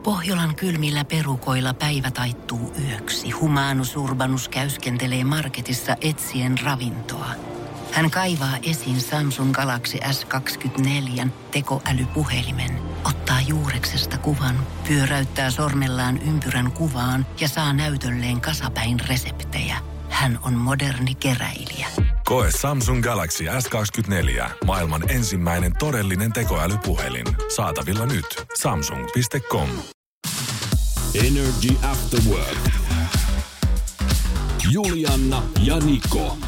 Pohjolan kylmillä perukoilla päivä taittuu yöksi. Humanus Urbanus käyskentelee marketissa etsien ravintoa. Hän kaivaa esiin Samsung Galaxy S24 tekoälypuhelimen, ottaa juureksesta kuvan, pyöräyttää sormellaan ympyrän kuvaan ja saa näytölleen kasapäin reseptejä. Hän on moderni keräilijä. Koe Samsung Galaxy S24. Maailman ensimmäinen todellinen tekoälypuhelin. Saatavilla nyt. Samsung.com. Energy After Work. Julianna ja Niko.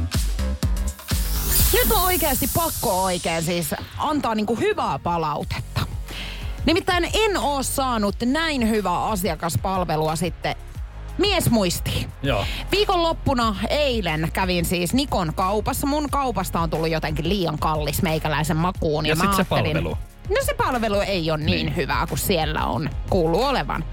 Nyt on oikeasti pakko siis antaa niinku hyvää palautetta. Nimittäin en oo saanut näin hyvää asiakaspalvelua sitten miesmuistiin. Joo. Viikonloppuna eilen kävin siis Nikon kaupassa. Mun kaupasta on tullut jotenkin liian kallis meikäläisen makuun. Ja sit se palvelu. No se palvelu ei ole niin hyvää kuin siellä on kuuluu olevan.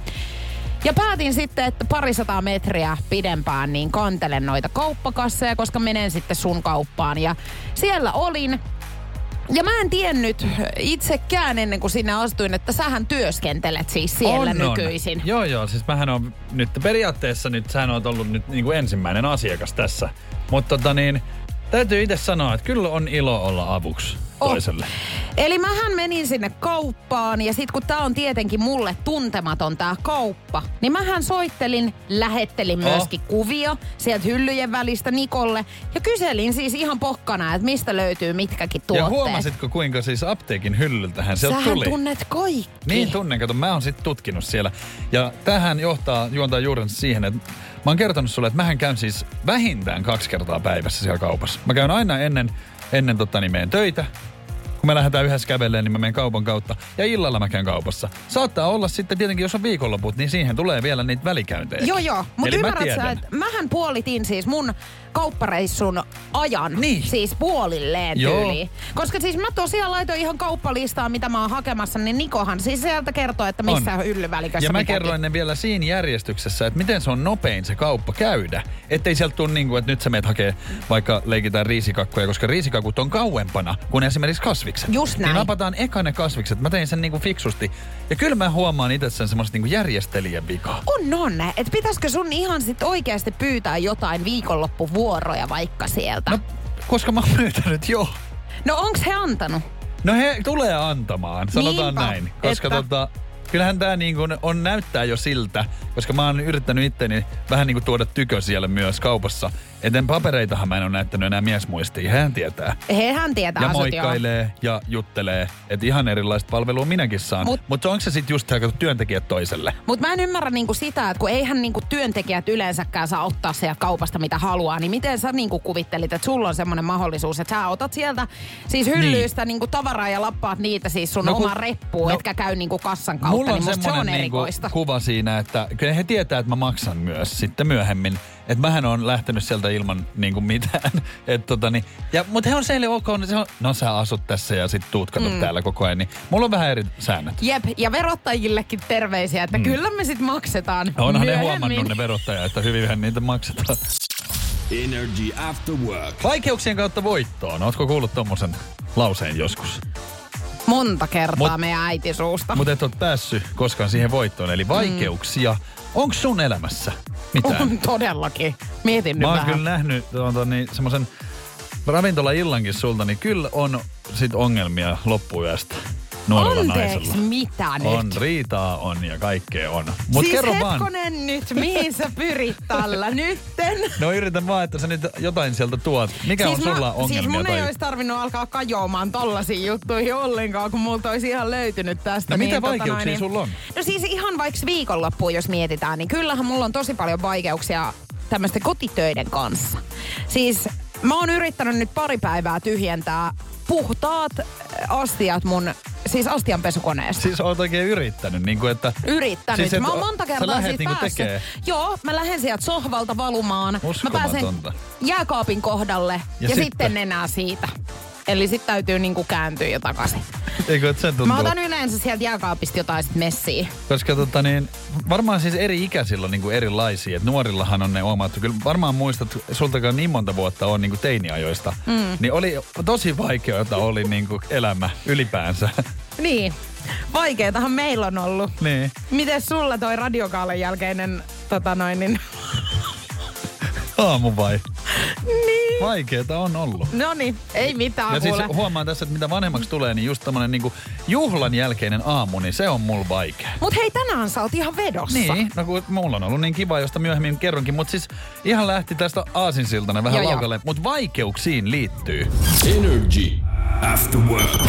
Ja päätin sitten, että 200 metriä pidempään niin kantelen noita kauppakasseja, koska menen sitten sun kauppaan. Ja siellä olin. Ja mä en tiennyt itsekään ennen kuin sinne astuin, että sähän työskentelet siis siellä nykyisin. Joo, siis mähän on nyt periaatteessa sähän on ollut nyt niin kuin ensimmäinen asiakas tässä. Mutta täytyy itse sanoa, että kyllä on ilo olla avuksi toiselle. Eli mähän menin sinne kauppaan ja sit kun tää on tietenkin mulle tuntematon tää kauppa, niin mähän lähettelin myöskin kuvia sieltä hyllyjen välistä Nikolle ja kyselin siis ihan pokkana, että mistä löytyy mitkäkin tuotteet. Ja huomasitko kuinka siis apteekin hyllyltähän sieltä tuli? Sähän tunnet kaikki. Niin tunnen, kato mä oon sit tutkinut siellä. Ja tähän juontaa juurensa siihen, että mä oon kertonut sulle, että mähän käyn siis vähintään 2 kertaa päivässä siellä kaupassa. Mä käyn aina ennen meidän töitä. Kun me lähdetään yhdessä kävelemään, niin mä menen kaupan kautta. Ja illalla mä käyn kaupassa. Saattaa olla sitten tietenkin, jos on viikonloput, niin siihen tulee vielä niitä välikäyntejä. Joo. Mutta ymmärrät sä, että mähän puolitin siis mun kauppareissun ajan. Niin. Siis puolilleen tyyliin. Koska siis mä tosiaan laitoin ihan kauppalistaa, mitä mä oon hakemassa, niin Nikohan siis sieltä kertoo, että missä on hyllyvälikössä. Ja mä kerroin ne vielä siinä järjestyksessä, että miten se on nopein se kauppa käydä. Ettei sieltä tule niin kuin, että nyt sä meet hakee vaikka leikitään riisikakkuja, koska riisikakut on kauempana kuin esimerkiksi kasvikset. Just näin. Niin napataan eka ne kasvikset. Mä tein sen niin kuin fiksusti. Ja kyllä mä huomaan itse sen semmoista niin kuin järjestelijän vikaa. On. Että pitäisikö sun ihan sit oikeasti pyytää jotain viikonloppuvuoroja vaikka sieltä? No, koska mä oon pyytänyt jo. No onks he antanut? No he tulee antamaan, sanotaan näin. Koska kyllähän tää niin kuin on näyttää jo siltä, koska mä oon yrittänyt itteni vähän niin kuin tuoda tykö siellä myös kaupassa. Eten papereitahan mä en ole näyttänyt enää miesmuistiin. Hehän tietää. Hehän tietää. Ja moikkailee ja juttelee. Että ihan erilaista palvelua minäkin saan. Mutta onko se sitten just työntekijät toiselle? Mutta mä en ymmärrä niinku sitä, että kun eihän niinku työntekijät yleensäkään saa ottaa sieltä kaupasta mitä haluaa, niin miten sä niinku kuvittelit, että sulla on semmoinen mahdollisuus, että sä otat sieltä siis hyllyistä niinku tavaraa ja lappaat niitä siis sun omaan reppuun, etkä käy niinku kassan kautta. Mulla on niin semmoinen niinku kuva siinä, että kyllä he tietää, että mä maksan myös sitten myöhemmin. Että mähän on lähtenyt sieltä ilman niinku mitään. Mutta he on seille ok, no sä asut tässä ja sit tuut katot täällä koko ajan. Niin mulla on vähän eri säännöt. Jep, ja verottajillekin terveisiä, että kyllä me sit maksetaan. Onhan ne huomannut ne verottajat, että hyvinhän niitä maksetaan. Energy After Work. Vaikeuksien kautta voittoon. Ootko kuullut tommosen lauseen joskus? Monta kertaa meidän äiti suusta. Mutta et ole päässyt koskaan siihen voittoon. Eli vaikeuksia. Onko sun elämässä mitään? On todellakin. Mietin nyt vähän. Mä oon kyllä nähnyt semmoisen ravintolaillankin sulta, niin kyllä on sit ongelmia loppuyöstä nuorella naisella. Anteeksi, mitä nyt? On, riitaa on ja kaikkea on. Mut siis kerro hetkonen vaan. Nyt, mihin sä pyrit tällä nytten? No yritän vaan, että sä nyt jotain sieltä tuot. Mikä siis on sulla ongelmia? Siis mun ei olisi tarvinnut alkaa kajoamaan tollasiin juttuihin ollenkaan, kun multa olisi ihan löytynyt tästä. No mitä vaikeuksia sulla on? No siis ihan vaikka viikonloppuun, jos mietitään, niin kyllähän mulla on tosi paljon vaikeuksia tämmöisten kotitöiden kanssa. Siis mä oon yrittänyt nyt 2 päivää tyhjentää puhtaat astiat mun astianpesukoneesta. Siis oot oikein yrittänyt, niin kuin että... Yrittänyt. Siis mä oon monta kertaa siitä niin päässyt. Joo, mä lähden sieltä sohvalta valumaan. Mä pääsen jääkaapin kohdalle ja sitten enää siitä. Eli sit täytyy niinku kääntyä jo takaisin. Eikö, että sen tuntuu? Mä otan yleensä sieltä jääkaapista jotain sit messiä. Koska varmaan siis eri ikäisillä on niinku erilaisia. Et nuorillahan on ne omat. Kyllä varmaan muistat, sultakaan niin monta vuotta on niinku teiniajoista. Niin oli tosi vaikeaa oli niinku elämä ylipäänsä. Niin. Vaikeetahan meillä on ollut. Niin. Miten sulla toi radiokaalen jälkeinen Aamu vai? Niin. Vaikeeta on ollut. Noniin, ei mitään Ja kuule. siis huomaan tässä, että mitä vanhemmaksi tulee, niin just tämmönen niinku juhlan jälkeinen aamu, niin se on mulla vaikea. Mut hei, tänään sä oot ihan vedossa. Niin, no kun mulla on ollut niin kiva, josta myöhemmin kerronkin, mutta siis ihan lähti tästä aasinsiltana vähän laukalle, mutta vaikeuksiin liittyy. Energy After Work.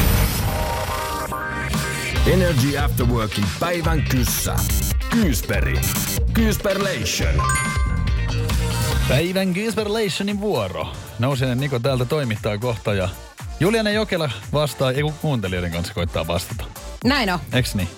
Energy After Workin päivän kyssä. Kyysperi. Kyysperlation. Päivän Kyysperlationin vuoro. Nousinen Niko täältä toimittaa kohta ja Juliana Jokela vastaa, ei kun kuuntelijoiden kanssa koittaa vastata. Näin on. Eiks niin?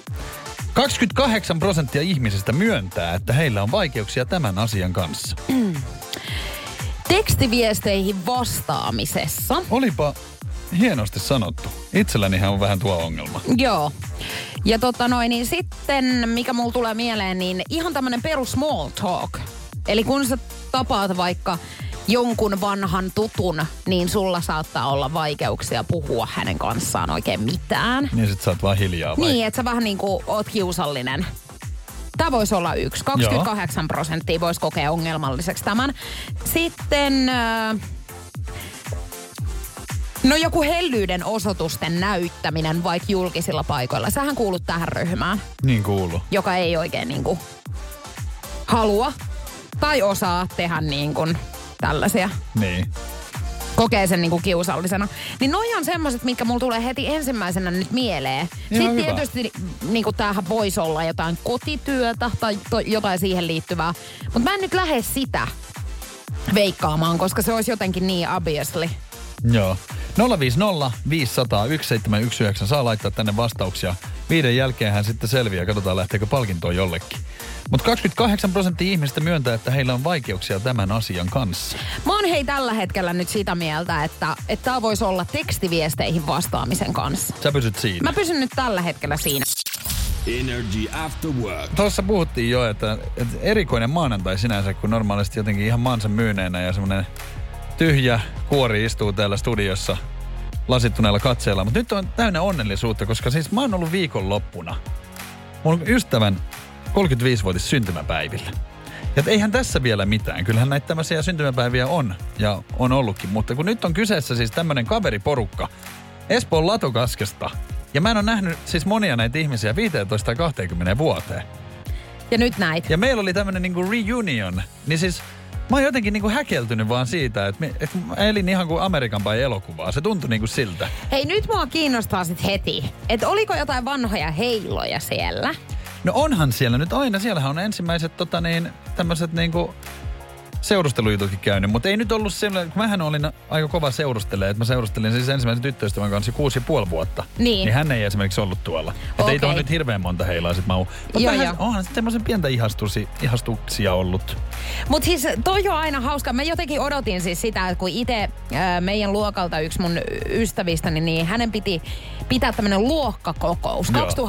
28% ihmisistä myöntää, että heillä on vaikeuksia tämän asian kanssa. Tekstiviesteihin vastaamisessa. Olipa hienosti sanottu. Itsellänihän on vähän tuo ongelma. Joo. Ja niin sitten, mikä mulla tulee mieleen, niin ihan tämmönen perus small talk. Eli kun sä tapaat vaikka jonkun vanhan tutun, niin sulla saattaa olla vaikeuksia puhua hänen kanssaan oikein mitään. Niin sit sä oot vaan hiljaa vai? Niin, että sä vähän niinku oot kiusallinen. Tämä voisi olla 28% voisi kokea ongelmalliseksi tämän. Sitten joku hellyyden osoitusten näyttäminen vaikka julkisilla paikoilla. Sähän kuulut tähän ryhmään. Niin kuuluu. Joka ei oikein niinku halua tai osaa tehdä niinku tällaisia. Niin. Kokee sen niinku kiusallisena. Niin noi on semmoset, mitkä mulla tulee heti ensimmäisenä nyt mieleen. Ihan Sitten hyvä. tietysti niinku tämähän voisi olla jotain kotityötä tai jotain siihen liittyvää. Mutta mä en nyt lähde sitä veikkaamaan, koska se olisi jotenkin niin obviously. Joo. 050 500 1719 saa laittaa tänne vastauksia. 5 jälkeenhän sitten selviää, katsotaan lähteekö palkintoa jollekin. Mutta 28% ihmistä myöntää, että heillä on vaikeuksia tämän asian kanssa. Mä oon hei tällä hetkellä nyt sitä mieltä, että tää voisi olla tekstiviesteihin vastaamisen kanssa. Sä pysyt siinä. Mä pysyn nyt tällä hetkellä siinä. Energy After Work. Tuossa puhuttiin jo, että erikoinen maanantai sinänsä, kun normaalisti jotenkin ihan maansa myyneenä ja semmonen tyhjä kuori istuu täällä studiossa lasittuneella katseella. Mutta nyt on täynnä onnellisuutta, koska siis mä oon ollut viikonloppuna mun ystävän 35-vuotis syntymäpäivillä. Ja eihän tässä vielä mitään. Kyllähän näitä tämmöisiä syntymäpäiviä on ja on ollutkin. Mutta kun nyt on kyseessä siis tämmönen kaveriporukka Espoon Latokaskesta. Ja mä en ole nähnyt siis monia näitä ihmisiä 15 tai 20 vuoteen. Ja nyt näitä. Ja meillä oli tämmönen niinku reunion. Niin siis mä oon jotenkin niinku häkeltynyt vaan siitä, että mä elin ihan kuin Amerikan päin elokuvaa. Se tuntui niinku siltä. Hei, nyt mua kiinnostaa sit heti, että oliko jotain vanhoja heiloja siellä? No onhan siellä nyt aina. Siellähän on ensimmäiset tämmöiset niinku seurustelujututkin käynyt. Mutta ei nyt ollut sellainen, kun mähän olin aika kova seurusteleja. Että mä seurustelin siis ensimmäisen tyttöystävän kanssa 6,5 vuotta. Niin. Hän ei esimerkiksi ollut tuolla. Että ei tuohon nyt hirveän monta heilaa sit mahu. Mutta onhan sitten semmoisen pientä ihastuksia ollut. Mutta siis toi on aina hauska. Mä jotenkin odotin siis sitä, että kun itse meidän luokalta yksi mun ystävistäni, niin hänen piti pitää tämmönen luokkakokous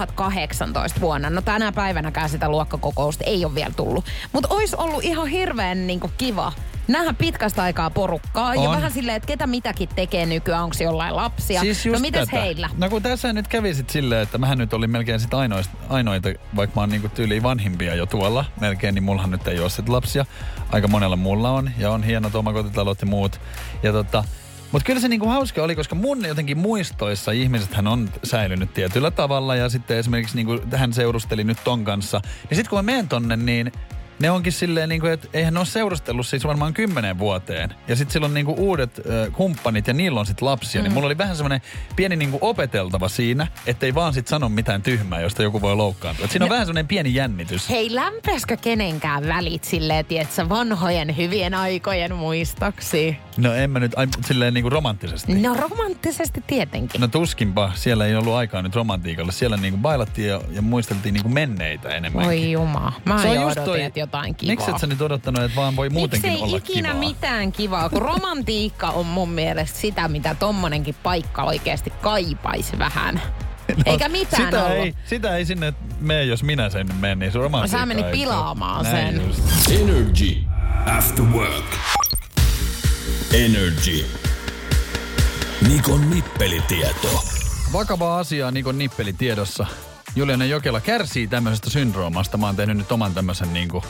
2018 vuonna. No tänä päivänäkään sitä luokkakokousta ei ole vielä tullut. Mutta ois ollut ihan hirveän niinku kiva nähdä pitkästä aikaa porukkaa. Ja vähän silleen, että ketä mitäkin tekee nykyään, onko jollain lapsia. Siis no mites heillä? No kun tässä nyt kävi sit silleen, että mähän nyt olin melkein sit ainoita, vaikka mä oon niinku tyyliin vanhimpia jo tuolla melkein, niin mullahan nyt ei ole sit lapsia. Aika monella mulla on ja on hienot omakotitalot ja muut. Ja mutta kyllä se niinku hauska oli, koska mun jotenkin muistoissa ihmisethän on säilynyt tietyllä tavalla ja sitten esimerkiksi niinku hän seurusteli nyt ton kanssa. Ja sitten kun mä menen tonne, niin ne onkin silleen niinku, että eihän ne ole seurustellut siis varmaan 10 vuoteen. Ja sitten sillä on niinku uudet kumppanit ja niillä on sit lapsia. Niin mulla oli vähän semmoinen pieni niinku opeteltava siinä, ettei vaan sit sano mitään tyhmää, josta joku voi loukkaantua. Et siinä on vähän semmoinen pieni jännitys. Hei, lämpäskö kenenkään välit silleen, tietsä, vanhojen hyvien aikojen muistoksi? No en mä nyt, silleen niinku romanttisesti. No romanttisesti tietenkin. No tuskinpa, siellä ei ollut aikaa nyt romantiikalle. Siellä niinku bailattiin ja muisteltiin niinku menneitä enemmänkin. Oi juma, mä jo odotin, että jotain kivaa. Miksi et sä nyt odottanut, että vaan voi muutenkin olla kivaa? Miksei ikinä mitään kivaa, kun romantiikka on mun mielestä sitä, mitä tommonenkin paikka oikeasti kaipaisi vähän. No, eikä mitään ollut. Sitä ei sinne mene, jos minä sen menen, niin se romantiikka. Sä menit pilaamaan sen. Energy After Work. Energy. Nikon nippelitieto. vakavaa asiaa Nikon nippelitiedossa. Juliana Jokela kärsii tämmöisestä syndroomasta. Mä oon tehnyt nyt oman tämmöisen niinku...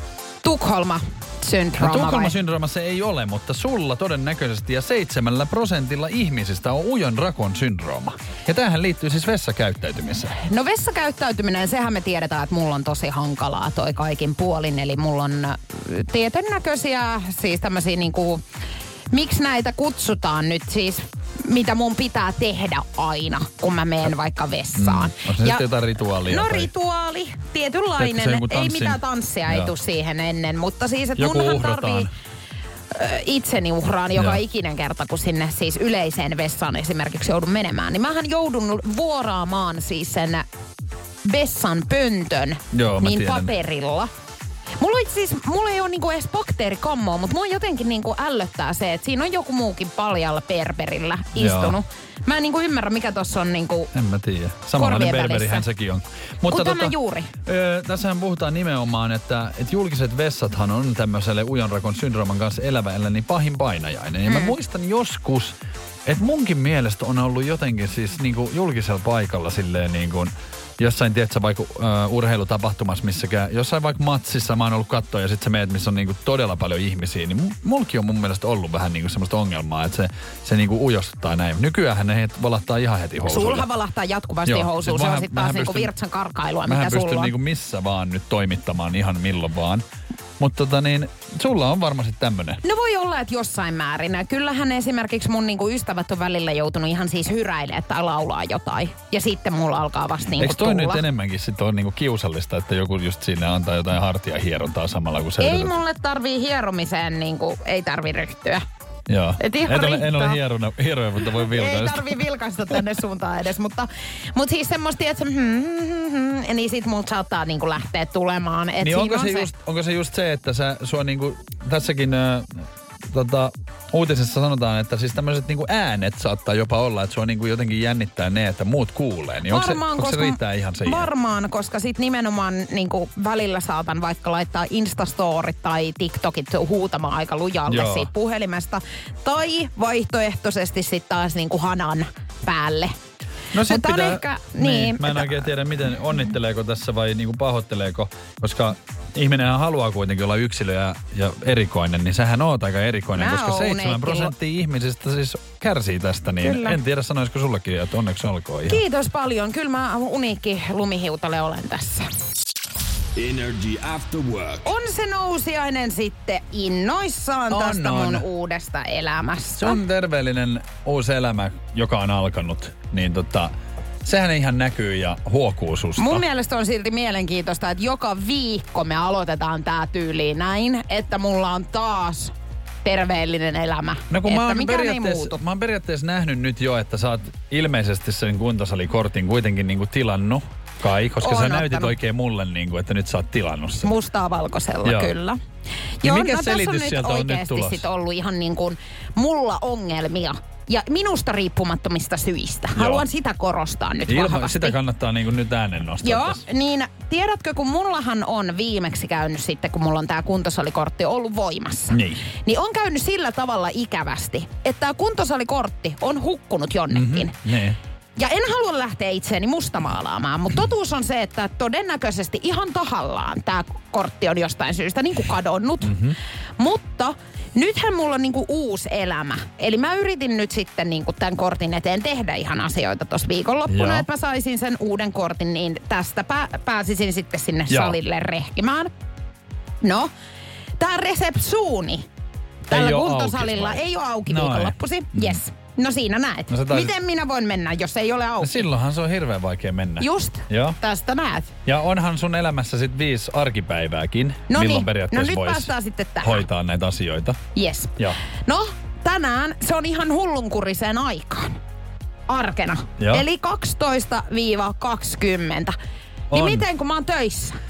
Tukholma-syndrooma. Tukholma-syndrooma se ei ole, mutta sulla todennäköisesti ja 7% ihmisistä on ujon rakon syndrooma. Ja tämähän liittyy siis vessakäyttäytymiseen. No vessakäyttäytyminen, sehän me tiedetään, että mulla on tosi hankalaa toi kaikin puolin. Eli mulla on tietyn näköisiä, siis tämmöisiä niinku... Miksi näitä kutsutaan nyt siis, mitä mun pitää tehdä aina, kun mä menen vaikka vessaan? On se sitten jotain rituaalia? No rituaali, tietynlainen. Ei mitään tanssia ei tule siihen ennen, mutta siis, että munhan tarvii itseni uhraan joka ikinen kerta, kun sinne siis yleiseen vessaan esimerkiksi joudun menemään. Niin mähän joudun vuoraamaan siis sen vessan pöntön niin paperilla. Mulla ei ole niinku edes bakteerikammoa, mutta mua jotenkin niinku ällöttää se, että siinä on joku muukin paljalla berberillä istunut. Mä en niinku ymmärrä, mikä tossa on niinku en mä tiedä. Samanlainen berberihän sekin on. Mutta tämä juuri. Tässähän puhutaan nimenomaan, että julkiset vessathan on tämmöiselle ujonrakon syndrooman kanssa elävällä niin pahin painajainen. Ja mä muistan joskus, että munkin mielestä on ollut jotenkin siis niinku julkisella paikalla silleen niinku... Jossain, tiedätkö, vaikka urheilutapahtumassa missäkään, jossain vaikka matsissa mä oon ollut katsoa ja sit sä meet, missä on niinku todella paljon ihmisiä, niin mulki on mun mielestä ollut vähän niinku semmoista ongelmaa, että se niinku ujostuttaa näin. Nykyäänhän ne valahtaa ihan heti housuun. Sulha valahtaa jatkuvasti housuun, se on sit taas niinku virtsan karkailua, mikä sulla on. Mä pystyn niinku missä vaan nyt toimittamaan ihan milloin vaan. Mutta sulla on varmasti tämmönen. No voi olla, että jossain määrin. Kyllähän esimerkiksi mun niinku ystävät on välillä joutunut ihan siis hyräilemään tai laulaa jotain. Ja sitten mulla alkaa vasta niinku eikö toi nyt enemmänkin sit on niinku kiusallista, että joku just sinne antaa jotain hartiahierontaa samalla kun sä ei mulle tarvii hieromiseen niinku, ei tarvii ryhtyä. Joo. En ole hieroja, mutta voi vilkaista. Ei tarvii vilkaista tänne suuntaan edes, mutta siis semmoista, että niin sit multa saattaa niinku lähteä tulemaan. Et niin onko se just se, että sua niinku tässäkin uutisessa sanotaan, että siis tämmöiset niinku äänet saattaa jopa olla, että sua niinku jotenkin jännittää ne, että muut kuulee. Niin onko se riittää ihan siihen? Varmaan, koska sit nimenomaan niinku välillä saatan vaikka laittaa Instastorit tai TikTokit huutamaan aika lujalle siitä puhelimesta. Tai vaihtoehtoisesti sit taas niinku hanan päälle. No sit pitää, niin, mä en oikein tiedä, miten onnitteleeko tässä vai niinku pahoitteleeko, koska ihminenhän haluaa kuitenkin olla yksilö ja erikoinen, niin sähän oot aika erikoinen, koska 7% ihmisistä siis kärsii tästä, niin kyllä. En tiedä sanoisiko sullekin, että onneksi olkoon ihan. Kiitos paljon, kyllä mä uniikki lumihiutale olen tässä. Energy After Work. On se nousiainen sitten innoissaan tästä mun uudesta elämästä. Se on terveellinen uusi elämä, joka on alkanut, niin sehän ihan näkyy ja huokuu susta. Mun mielestä on silti mielenkiintoista, että joka viikko me aloitetaan tää tyyliin näin, että mulla on taas terveellinen elämä. No kun mä oon periaatteessa nähnyt nyt jo, että sä oot ilmeisesti sen kuntosalikortin kuitenkin niinku tilannut. Koska sä näytit oikein mulle, että nyt sä oot tilannut sen. Mustaa valkoisella, joo. Kyllä. Joo, mikä selitys sieltä on nyt tulossa? Sit ollut ihan niin kuin mulla ongelmia. Ja minusta riippumattomista syistä. Joo. Haluan sitä korostaa nyt vahvasti. Sitä kannattaa niin kuin nyt äänen nostaa. Joo, tässä. Niin tiedätkö, kun mullahan on viimeksi käynyt sitten, kun mulla on tää kuntosalikortti ollut voimassa. Niin on käynyt sillä tavalla ikävästi, että tää kuntosalikortti on hukkunut jonnekin. Niin. Ja en halua lähteä itseäni mustamaalaamaan, mutta totuus on se, että todennäköisesti ihan tahallaan tämä kortti on jostain syystä niin kuin kadonnut. Mutta nythän mulla on niin kuin uusi elämä. Eli mä yritin nyt sitten niin kuin tämän kortin eteen tehdä ihan asioita tuossa viikonloppuna, että mä saisin sen uuden kortin, niin tästä pääsisin sitten sinne salille rehkimään. No, tää Recepsuuni tällä kuntosalilla ei ole auki viikonloppusi. Yes. No siinä näet. Miten minä voin mennä, jos ei ole auki? No silloinhan se on hirveän vaikea mennä. Just. Joo. Tästä näet. Ja onhan sun elämässä sit 5 arkipäivääkin, milloin periaatteessa voisi hoitaa näitä asioita. Yes. Joo. No, tänään se on ihan hullunkuriseen aikaan. Arkena. Joo. Eli 12-20. Niin miten kun mä oon töissä?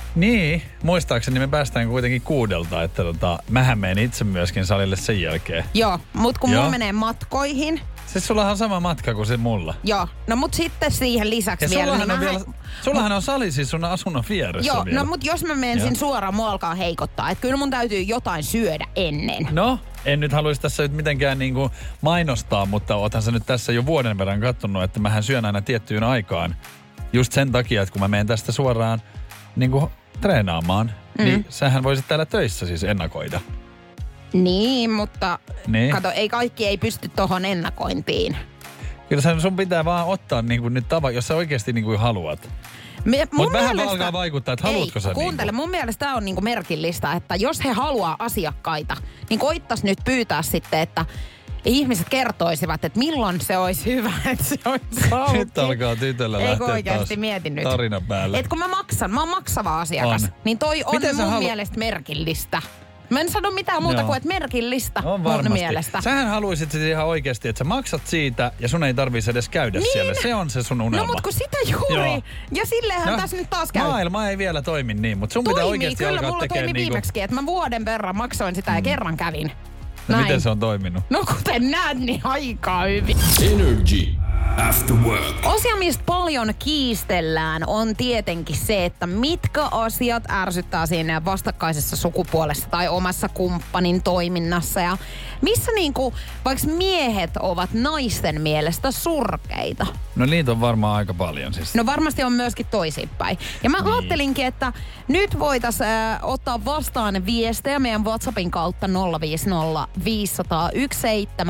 Niin, muistaakseni me päästään kuitenkin 6, että mähän menen itse myöskin salille sen jälkeen. Joo, mut kun mulla menee matkoihin. Siis sullahan on sama matka kuin se mulla. Joo, no mut sitten siihen lisäksi ja vielä. Sullahan on sali siis sun asunnon vieressä. Joo, vielä. no mut jos mä menen suoraan, mua alkaa heikottaa. Että kyllä mun täytyy jotain syödä ennen. No, en nyt haluaisi tässä nyt mitenkään niinku mainostaa, mutta oothan sä nyt tässä jo vuoden verran kattonut, että mähän syön aina tiettyyn aikaan. Just sen takia, että kun mä menen tästä suoraan niinku treenaamaan, niin sähän voisit täällä töissä siis ennakoida. Niin, mutta kato, ei pysty tohon ennakointiin. Kyllä sun pitää vaan ottaa niinku nyt jos sä oikeasti niinku haluat. Mutta vähän alkaa vaikuttaa, että haluatko sä kuuntele, mun mielestä tää on niinku merkillistä, että jos he haluaa asiakkaita, niin koittais nyt pyytää sitten, että ihmiset kertoisivat, että milloin se olisi hyvä, että se olisi auki. Nyt alkaa tytöllä lähteä taas tarina päälle. Et kun mä oon maksava asiakas, niin toi on mun mielestä merkillistä. Mä en sano mitään muuta kuin, että merkillistä on mun mielestä. Sähän haluisit siis ihan oikeasti, että sä maksat siitä ja sun ei tarvitsisi edes käydä siellä. Se on se sun unelma. No mut kun sitä juuri. Joo. Ja silleenhän tässä nyt taas käy. Maailma ei vielä toimi niin, mutta sun pitää oikeasti alkaa tekemään. Kyllä, mulla toimi viimeksikin, että mä vuoden verran maksoin sitä ja kerran kävin. No miten se on toiminut? No kuten näet, niin aika hyvin. Energy After Work. Asia, mistä paljon kiistellään, on tietenkin se, että mitkä asiat ärsyttää siinä vastakkaisessa sukupuolessa tai omassa kumppanin toiminnassa. Ja missä niinku, vaikka miehet ovat naisten mielestä surkeita. No niitä on varmaan aika paljon siis. No varmasti on myöskin toisinpäin. Ja mä ajattelinkin, että nyt voitaisiin ottaa vastaan viestejä meidän WhatsAppin kautta 050 501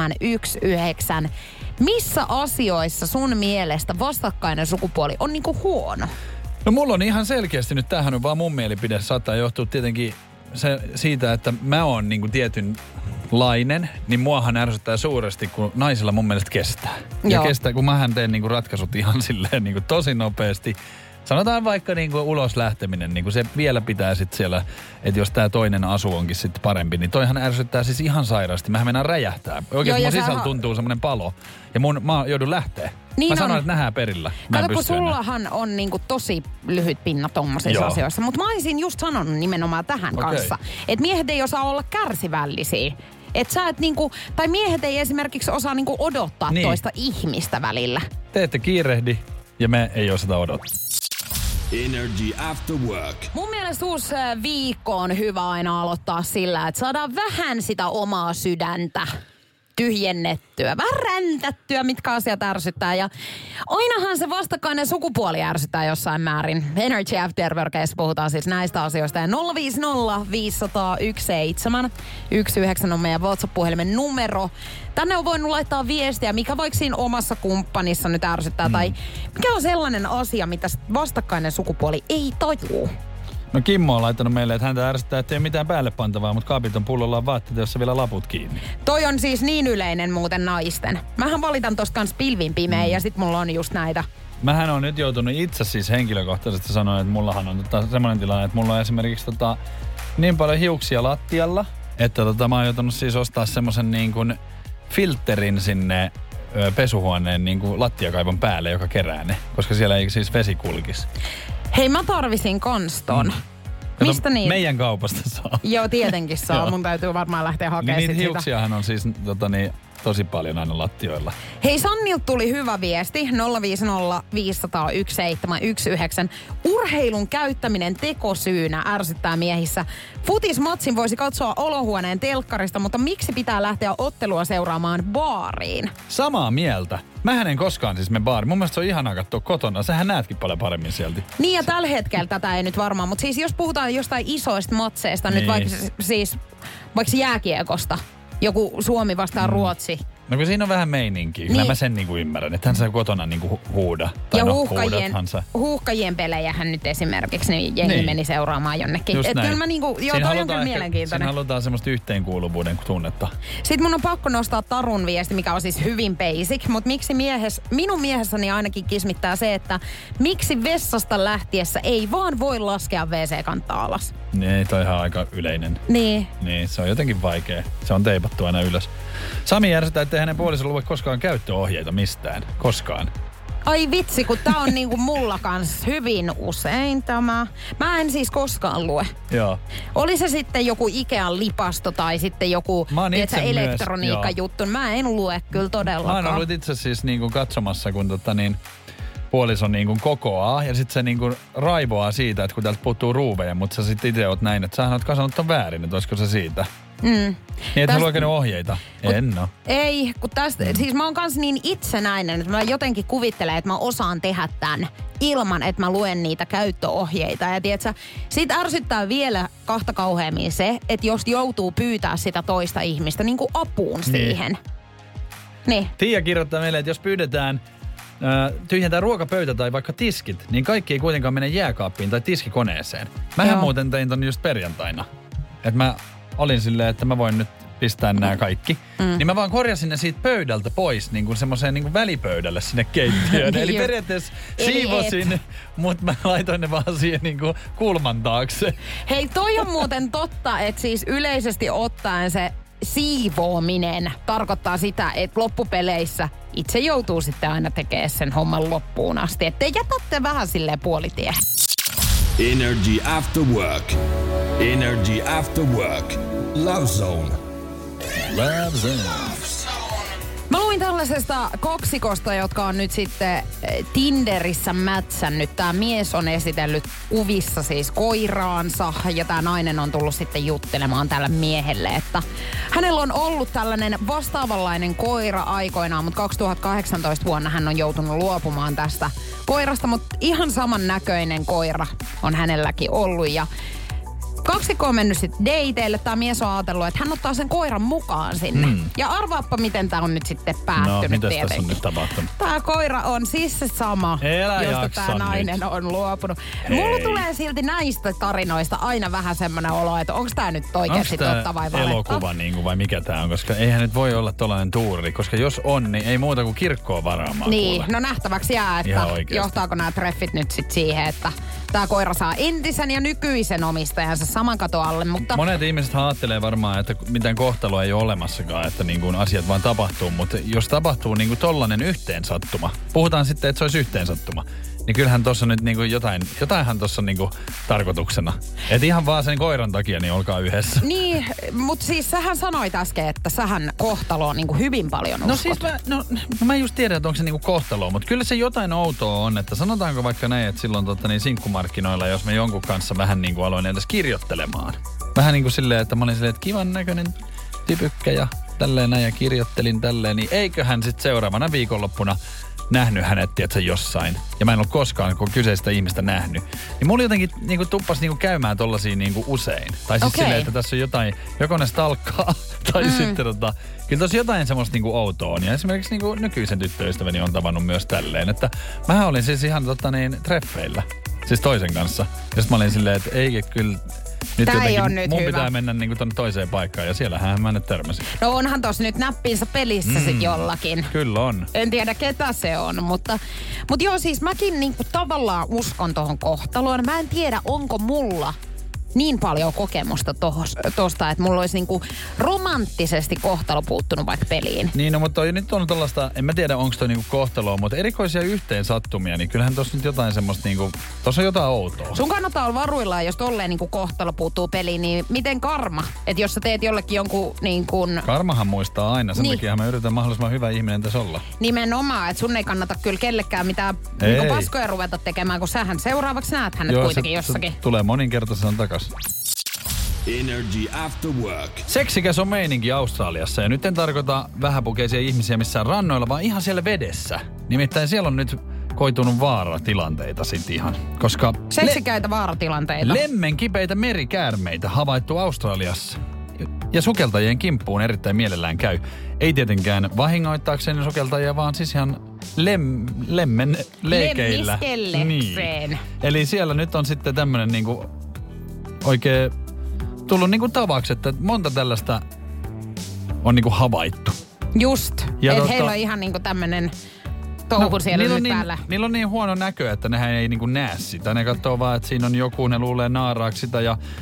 719. Missä asioissa sun mielestä vastakkainen sukupuoli on niinku huono? No mulla on ihan selkeästi nyt, tämähän on vaan mun mielipide, saattaa johtua tietenkin siitä, että mä oon niinku tietynlainen, niin muahan ärsyttää suuresti, kun naisilla mun mielestä kestää. Ja kestää, kun mähän teen niinku ratkaisut ihan silleen niinku tosi nopeasti. Sanotaan vaikka niinku ulos lähteminen, niinku se vielä pitää sitten siellä, että jos tää toinen asu onkin sitten parempi, niin toihan ärsyttää siis ihan sairasti. Mähän mennään räjähtää. Oikeasti mun sisällä tuntuu semmoinen palo ja mä joudun lähteä. Niin mä sanoin, että nähdään perillä. Kato, kun sullahan on niinku tosi lyhyt pinna tommosissa asioissa. Mutta mä olisin just sanonut nimenomaan tähän kanssa, että miehet ei osaa olla kärsivällisiä. Että sä et niinku, tai miehet ei esimerkiksi osaa niinku odottaa toista ihmistä välillä. Te ette kiirehdi ja me ei osata odottaa. Energy After Work. Mun mielestä uusi viikko on hyvä aina aloittaa sillä, että saadaan vähän sitä omaa sydäntä tyhjennettyä, vähän räntättyä, mitkä asiat ärsyttää. Ja ainahan se vastakkainen sukupuoli ärsyttää jossain määrin. Energy After Workissa puhutaan siis näistä asioista. Ja 050 501 719 on meidän WhatsApp-puhelimen numero. Tänne on voinut laittaa viestiä, mikä vaikka siinä omassa kumppanissa nyt ärsyttää. Tai mikä on sellainen asia, mitä vastakkainen sukupuoli ei tajuu. No Kimmo on laittanut meille, että häntä ärsyttää, että ei ole mitään päälle pantavaa, mutta kaapit on pullollaan vaatteita, jossa vielä laput kiinni. Toi on siis niin yleinen muuten naisten. Mähän valitan tosta kans pilvin pimeä ja sit mulla on just näitä. Mähän on nyt joutunut itse siis henkilökohtaisesti sanoa, että mullahan on semmoinen tilanne, että mulla on esimerkiksi niin paljon hiuksia lattialla, että mä oon joutunut siis ostaa semmoisen niin kuin filterin sinne pesuhuoneen niin kuin lattiakaivon päälle, joka kerää ne, koska siellä ei siis vesi kulkisi. Hei, mä tarvisin kans ton. Mistä niitä? Meidän kaupasta saa. Joo, tietenkin saa. Mun täytyy varmaan lähteä hakemaan niitä hiuksiahan on siis tosi paljon aina lattioilla. Hei, Sannilta tuli hyvä viesti. 050 501 719. Urheilun käyttäminen tekosyynä ärsyttää miehissä. Futismatsin voisi katsoa olohuoneen telkkarista, mutta miksi pitää lähteä ottelua seuraamaan baariin? Samaa mieltä. Mähän en koskaan siis mene baariin. Mun mielestä se on ihanaa katsoa kotona. Sähän näetkin paljon paremmin sieltä. Niin ja tällä hetkellä tätä ei nyt varmaan, mutta siis jos puhutaan jostain isoista matseista, nyt vaikka jääkiekosta. Joku Suomi vastaan Ruotsi. No kun siinä on vähän meininkiä. Kyllä mä sen niinku ymmärrän, että hän saa kotona niinku huuda. Tai ja huuhkajien pelejähän nyt esimerkiksi niin jengi meni seuraamaan jonnekin. Että kyllä mä toi on kyllä mielenkiintoinen. Siinä halutaan semmoista yhteenkuuluvuuden tunnetta. Sitten mun on pakko nostaa Tarun viesti, mikä on siis hyvin basic. Mutta miksi minun miehessäni ainakin kismittää se, että miksi vessasta lähtiessä ei vaan voi laskea WC-kantaa alas. Niin, toi on ihan aika yleinen. Niin, se on jotenkin vaikea. Se on teipattu aina ylös. Sami järjestetään, ettei hänen puolisolla lue koskaan käyttöohjeita mistään. Koskaan. Ai vitsi, kun tää on niinku mulla kans hyvin usein tämä. Mä en siis koskaan lue. Joo. Oli se sitten joku Ikean lipasto tai sitten joku elektroniikka-juttu. Mä en lue kyllä todellakaan. Mä oon ollut itse siis niinku katsomassa, kun puoliso niinku kokoaa ja sitten se niinku raivoaa siitä, että kun täältä puuttuu ruuveja, mutta sä sitten itse oot näin, että sähän oot kasannut ton väärin, että olisiko se siitä? Niin, et sä lukenut ohjeita? En oo. Ei, kun tästä, siis mä oon kans niin itsenäinen, että mä jotenkin kuvittelen, että mä osaan tehdä tän ilman, että mä luen niitä käyttöohjeita. Ja tiiätsä, sit ärsyttää vielä kahta kauheammin se, että jos joutuu pyytää sitä toista ihmistä niin kuin apuun siihen. Niin. Tiia kirjoittaa meille, että jos pyydetään tyhjentää ruokapöytä tai vaikka tiskit, niin kaikki ei kuitenkaan mene jääkaappiin tai tiskikoneeseen. Mähän muuten tein ton just perjantaina. Että mä olin silleen, että mä voin nyt pistää nämä kaikki. Niin mä vaan korjasin ne siitä pöydältä pois niin kuin semmoiseen niin kuin välipöydälle sinne keittiöön. Eli periaatteessa siivosin, mutta mä laitoin ne vaan siihen niin kuin kulman taakse. Hei, toi on muuten totta, että siis yleisesti ottaen se siivoaminen tarkoittaa sitä, että loppupeleissä itse joutuu sitten aina tekemään sen homman loppuun asti. Että te jätätte vähän silleen puolitie. Energy After Work. Energy After Work. Love Zone. Love Zone. Mä luin tällaisesta koksikosta, jotka on nyt sitten Tinderissä mätsännyt. Tää mies on esitellyt kuvissa siis koiraansa ja tää nainen on tullut sitten juttelemaan tälle miehelle, että hänellä on ollut tällainen vastaavanlainen koira aikoinaan, mutta 2018 vuonna hän on joutunut luopumaan tästä koirasta, mutta ihan saman näköinen koira on hänelläkin ollut ja kaksikko on mennyt sitten dateille. Tämä mies on ajatellut, että hän ottaa sen koiran mukaan sinne. Ja arvaappa, miten tämä on nyt sitten päättynyt. No, mitäs tietenkin. tässä on nyt tapahtunut? Tämä koira on siis se sama, josta tämä nainen on luopunut. Hei. Mulla tulee silti näistä tarinoista aina vähän semmoinen olo, että onko tämä nyt oikeasti totta vai valetta? Elokuva niin vai mikä tämä on? Koska eihän nyt voi olla tollainen tuuri, koska jos on, niin ei muuta kuin kirkkoon varaamaan. Niin, kuule. no nähtäväksi jää, että johtaako nämä treffit nyt sitten siihen, että tämä koira saa entisen ja nykyisen omistajansa saman katon alle, mutta monet ihmiset ajattelee varmaan, että mitään kohtaloa ei ole olemassakaan, että niin kuin asiat vaan tapahtuu, mutta jos tapahtuu niin kuin tollainen yhteensattuma, puhutaan sitten, että se olisi yhteensattuma, niin kyllähän tuossa nyt niin kuin jotainhan tuossa niin kuin tarkoituksena. Että ihan vaan sen koiran takia, niin olkaa yhdessä. Niin, mutta siis sähän sanoit äsken, että sähän kohtaloon niin kuin hyvin paljon uskot. No siis mä just tiedän, että onko se niin kuin kohtaloa, mutta kyllä se jotain outoa on, että sanotaanko vaikka näin, että silloin sinkkumarkkinoilla, jos mä jonkun kanssa vähän niin kuin aloin edes kirjoittelemaan. Vähän niin kuin silleen, että mä olin silleen, että kivan näköinen typykkä ja tälleen näin ja kirjoittelin tälleen, niin eiköhän sitten seuraavana viikonloppuna nähnyt hänet, tietsä, jossain. Ja mä en ole koskaan kyseistä ihmistä nähnyt. Niin mulla jotenkin niinku tuppas niinku käymään tollasia niinku usein. Tai siis silleen, että tässä on jotain, joko ne stalkkaa, tai sitten kyllä tossa jotain semmoista niinku outoa on. Ja esimerkiksi niinku nykyisen tyttöystäväni on tavannut myös tälleen, että mähän olin siis ihan treffeillä. Siis toisen kanssa. Ja sit mä olin silleen, että eikä kyllä nyt tää jotenkin, ei on nyt mun hyvä. pitää mennä niinku tonne toiseen paikkaan ja siellähän mä nyt törmäsin. No onhan tossa nyt näppinsä pelissä sit jollakin. Kyllä on. En tiedä ketä se on, mutta joo siis mäkin niinku tavallaan uskon tohon kohtaloon. Mä en tiedä onko mulla niin paljon kokemusta tosta, että mulla olisi niinku romanttisesti kohtalo puuttunut vaikka peliin. Niin, no mutta toi nyt on tollaista, en mä tiedä onko toi niinku kohtaloa, mutta erikoisia yhteensattumia, niin kyllähän tossa nyt jotain semmoista niinku, tossa on jotain outoa. Sun kannattaa olla varuillaan, jos tolleen niinku kohtalo puuttuu peliin, niin miten karma? Että jos sä teet jollekin jonkun niin kuin Karmahan muistaa aina, sen niin. takia mä yritän mahdollisimman hyvä ihminen tässä olla. Nimenomaan, että sun ei kannata kyllä kellekään mitään niinku paskoja ruveta tekemään, kun sähän seuraavaksi näet hänet kuitenkin jossakin. Tulee moninkertaisena takas. Energy After Work. Seksikäs on meininki Australiassa ja nyt en tarkoita vähäpukeisia ihmisiä missään rannoilla, vaan ihan siellä vedessä. Nimittäin siellä on nyt koitunut vaaratilanteita sit ihan, koska seksikäitä vaaratilanteita. Lemmenkipeitä merikäärmeitä havaittu Australiassa. Ja sukeltajien kimppuun erittäin mielellään käy. Ei tietenkään vahingoittaakseen sukeltajia, vaan siis ihan lemmen leikeillä. Lemmiskellekseen. Niin. Eli siellä nyt on sitten tämmönen niinku oikein tullut niinku tavaksi, että monta tällaista on niinku havaittu. Just. Että heillä on ihan niinku tämmönen touhu siellä nyt päällä. Niillä on niin huono näkö, että nehän ei niinku näe sitä. Ne katsoo vaan, että siinä on joku, ne luulee naaraaksi sitä ja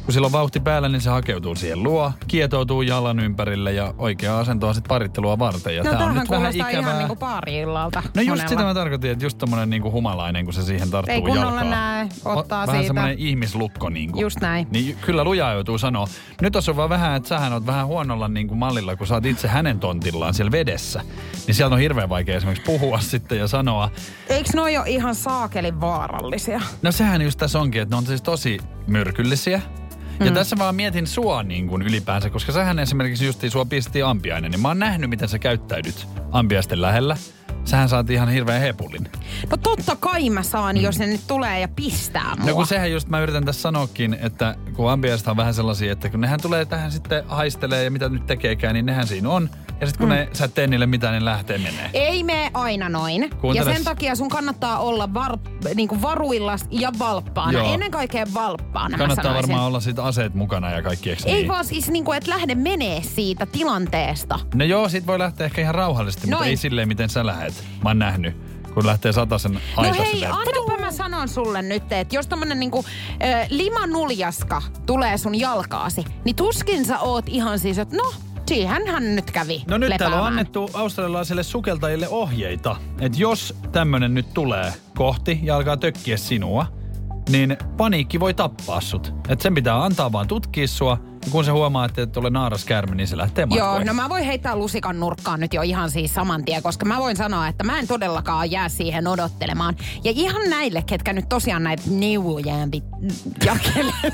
kun sillä on vauhti päällä, niin se hakeutuu siihen luo, kietoutuu jalan ympärille ja oikea asento on sitten parittelua varten. Ja no tää on tämähän nyt vähän kuulostaa ikävää. ihan niinku baari-illalta. No just monella. sitä mä tarkoitin, että just tommonen niinku humalainen, kun se siihen tarttuu Ei kunnolla jalkaan. näe, ottaa vähän siitä. semmoinen ihmislukko niinku. Just näin. Niin kyllä lujaa joutuu sanoa. Nyt on vaan vähän, että sähän oot vähän huonolla niinku mallilla, kun sä oot itse hänen tontillaan siellä vedessä. Niin sieltä on hirveän vaikea esimerkiksi puhua sitten ja sanoa. Eikö noi ole ihan saakelin vaarallisia? No sehän just tässä onkin, että ne on siis tosi myrkyllisiä. Ja tässä vaan mietin sua niin kuin ylipäänsä, koska sähän esimerkiksi justiin sua pisti ampiainen. Niin mä oon nähnyt, miten sä käyttäydyt ampiaisten lähellä. Sähän saat ihan hirveän hepullin. No totta kai mä saan, jos ne nyt tulee ja pistää mua. No kun sehän just mä yritän tässä sanoakin, että kun ampiaista on vähän sellaisia, että kun nehän tulee tähän sitten haistelee ja mitä nyt tekeekään, niin nehän siinä on. Ja sitten kun sä et tee niille mitään, niin lähtee menee. Ei mene aina noin. Kuunteles. Ja sen takia sun kannattaa olla niinku varuillas ja valppaana. Joo. Ennen kaikkea valppaana, Kannattaa mä sanoisin. varmaan olla siitä aseet mukana ja kaikki, eikö Ei niin? vaan siis niinku, et lähde menee siitä tilanteesta. No joo, sit voi lähteä ehkä ihan rauhallisesti, mutta Noin. ei silleen, miten sä lähet. Mä oon nähnyt, kun lähtee satasen No aita hei, silleen. annapa mä sanon sulle nyt, että jos tommonen niinku limanuljaska tulee sun jalkaasi, niin tuskin sä oot ihan siis, että no, siihenhän nyt kävi No nyt täällä on lepäämään. annettu australialaisille sukeltajille ohjeita, että jos tämmönen nyt tulee kohti ja alkaa tökkiä sinua, niin paniikki voi tappaa sut. Että sen pitää antaa vaan tutkia sua, ja kun se huomaa, että et ole naaraskärmi, niin se lähtee matkoihin. Joo, no mä voin heittää lusikan nurkkaan nyt jo ihan siis saman tien, koska mä voin sanoa, että mä en todellakaan jää siihen odottelemaan. Ja ihan näille, ketkä nyt tosiaan näitä neuvoja jakelee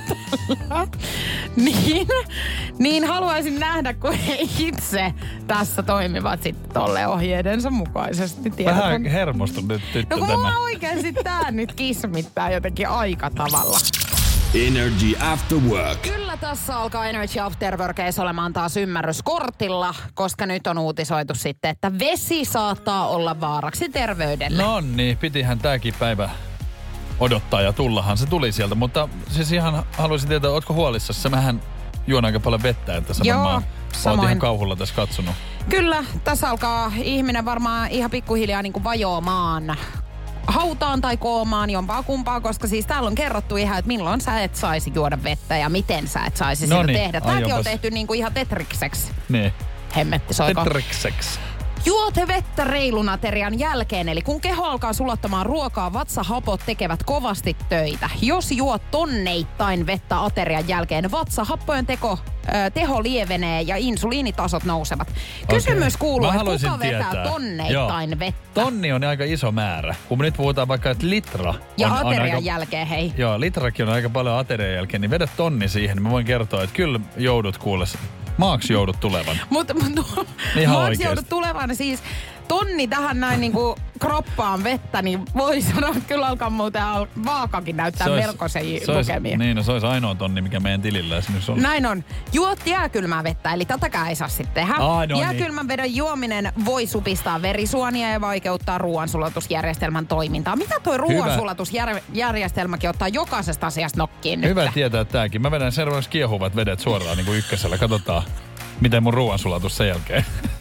niin haluaisin nähdä, kun he itse tässä toimivat sitten tolle ohjeidensa mukaisesti. Tiedätkö? Vähän hermostun nyt tyttö No kun tämä. mulla oikeasti tää nyt kismittää jotenkin aika tavalla. Energy After Work. Kyllä tässä alkaa Energy After Workissa olemaan taas ymmärrys kortilla, koska nyt on uutisoitu sitten, että vesi saattaa olla vaaraksi terveydelle. No niin, pitihän tääkin päivä odottaa ja tullahan se tuli sieltä, mutta siis ihan haluaisin tietää, ootko huolissasi? Mähän juon aika paljon vettä, että sä Joo, varmaan oot samoin. ihan kauhulla tässä katsonut. Kyllä, tässä alkaa ihminen varmaan ihan pikkuhiljaa niin kuin vajoamaan hautaan tai koomaan, jompaa kumpaa, koska siis täällä on kerrottu ihan, että milloin sä et saisi juoda vettä ja miten sä et saisi sitä Noniin, tehdä. Tämäkin on aionpas. tehty niin kuin ihan tetrikseksi. Niin. Hemmetti soiko. Tetrikseksi. Juote vettä reilun aterian jälkeen, eli kun keho alkaa sulattamaan ruokaa, vatsahapot tekevät kovasti töitä. Jos juot tonneittain vettä aterian jälkeen, vatsahappojen teho lievenee ja insuliinitasot nousevat. Kysymys kuuluu, Mä että haluaisin kuka vetää tietää. tonneittain Joo. vettä? Tonni on aika iso määrä. Kun me nyt puhutaan vaikka, että litra Ja on aterian aika... jälkeen, hei. Joo, litrakin on aika paljon aterian jälkeen, niin vedä tonni siihen. Mä voin kertoa, että kyllä joudut maaksi joudut tulevan. Mutta Ihan maaksi oikeesti. joudut tulemaan siis tonni tähän näin niinku kroppaan vettä, niin voi sanoa, että kyllä alkaa muuten vaakakin näyttää melkoisia lukemia. Niin, no se olisi ainoa tonni, mikä meidän tilillä esimerkiksi on. Näin on. Juot jääkylmää vettä, eli tätäkään ei saa sitten tehdä. No Jääkylmän vedon juominen voi supistaa verisuonia ja vaikeuttaa ruoansulatusjärjestelmän toimintaa. Mitä toi ruoansulatusjärjestelmäkin ottaa jokaisesta asiasta nokkiin nyt? Hyvä tietää tääkin. Mä vedän seuraavaksi kiehuvat vedet suoraan niin kuin ykkösellä. Katsotaan, miten mun ruoansulatus sen jälkeen.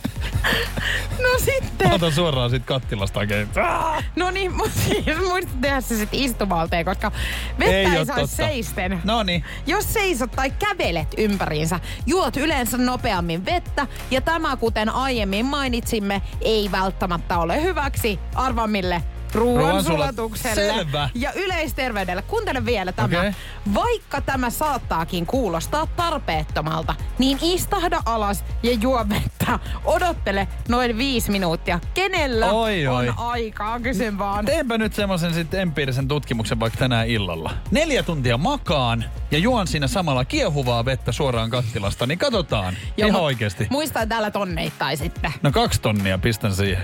No sitten. Otan suoraan siitä kattilasta oikein. No niin, mutta siis muista tehdä se sitten istuvalteen, koska vettä Ei oo ei saisi totta. seisten. Noniin. Jos seisot tai kävelet ympäriinsä, juot yleensä nopeammin vettä ja tämä, kuten aiemmin mainitsimme, ei välttämättä ole hyväksi arvamille ruoansulatukselle Selvä. ja yleisterveydelle. Kuuntele vielä tämä. Okei. Vaikka tämä saattaakin kuulostaa tarpeettomalta, niin istahda alas ja juo vettä. Odottele noin 5 minuuttia. Kenellä Oi. on aikaa? Kysyn vaan. Teenpä nyt semmoisen sitten empiirisen tutkimuksen vaikka tänään illalla. 4 tuntia makaan ja juon siinä samalla kiehuvaa vettä suoraan kattilasta, niin katsotaan. Joo, Ihan mut oikeesti. Muista täällä tonneittain sitten. No 2 tonnia pistän siihen.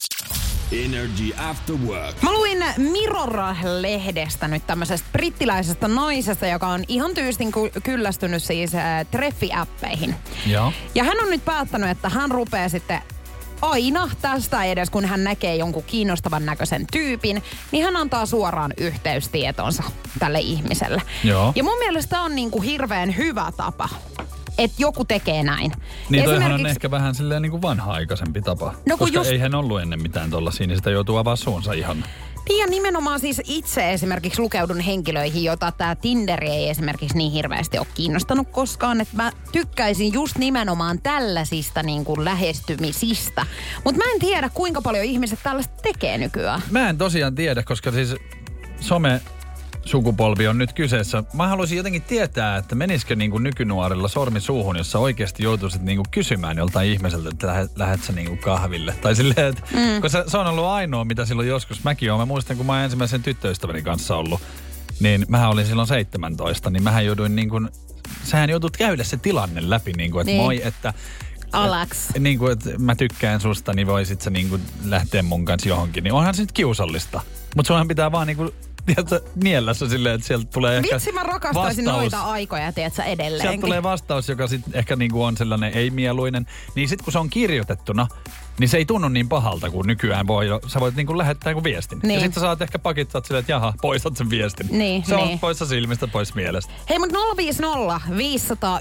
Energy After Work. Mä luin Mirror-lehdestä nyt tämmöisestä brittiläisestä naisesta, joka on ihan tyystin kyllästynyt siis treffi-äppeihin. Joo. Ja hän on nyt päättänyt, että hän rupeaa sitten aina tästä edes, kun hän näkee jonkun kiinnostavan näköisen tyypin, niin hän antaa suoraan yhteystietonsa tälle ihmiselle. Joo. Ja mun mielestä on niinku hirveän hyvä tapa, että joku tekee näin. Niin toihan on ehkä vähän silleen niin kuin vanha-aikaisempi tapa. No kun koska just- eihän ollut ennen mitään tollasia, niin sitä joutuu avaa suunsa ihan Niin ja nimenomaan siis itse esimerkiksi lukeudun henkilöihin, jota tämä Tinder ei esimerkiksi niin hirveästi ole kiinnostanut koskaan. Että mä tykkäisin just nimenomaan tällaisista niin kuin lähestymisistä. Mutta mä en tiedä, kuinka paljon ihmiset tällaista tekee nykyään. Mä en tosiaan tiedä, koska siis some-sukupolvi on nyt kyseessä. Mä haluaisin jotenkin tietää, että menisikö niin kuin nykynuorilla sormi suuhun, jossa oikeasti joutuisit niin kuin kysymään joltain ihmiseltä, että lähdet sä niin kuin kahville. Tai silleen, että koska se on ollut ainoa, mitä silloin joskus mäkin olen. Mä muistan, kun mä oon ensimmäisen tyttöystäväni kanssa ollut, niin mähän olin silloin 17, niin mähän jouduin niin kuin, sähän joutut käydä se tilanne läpi, niin kuin, että niin. moi, että Alaks. niin kuin, että mä tykkään susta, niin voisit sä niin kuin lähteä mun kanssa johonkin. Niin onhan se nyt kiusallista. Mutta sunhan pitää vaan niin kuin niellässä silleen, että sieltä tulee ehkä Vitsi, mä rakastaisin vastaus. noita aikoja, tiedätkö, edelleenkin. Sieltä tulee vastaus, joka sitten ehkä niinku on sellainen ei-mieluinen. Niin sitten kun se on kirjoitettuna, niin se ei tunnu niin pahalta kuin nykyään sä voit niinku lähettää joku viestin. Niin. Ja sitten sä saat ehkä pakittaa silleen, että jaha, poistat sen viestin. Niin, se on niin. poissa silmistä, pois mielestä. Hei, mutta 050 500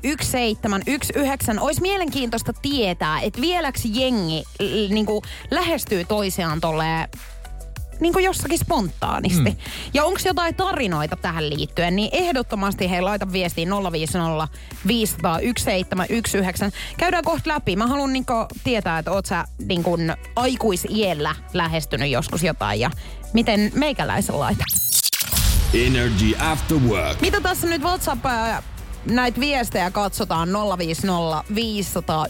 1719 olisi mielenkiintoista tietää, että vieläks jengi niinku lähestyy toisiaan tolleen niin kuin jossakin spontaanisti. Ja onko jotain tarinoita tähän liittyen, niin ehdottomasti hei laita viestiin 050 500 1719. Käydään kohta läpi. Mä haluan niinku tietää, että oot sä niinku aikuisiällä lähestynyt joskus jotain ja miten meikäläisen laita. Energy After Work. Mitä tässä nyt WhatsApp näitä viestejä katsotaan 050 500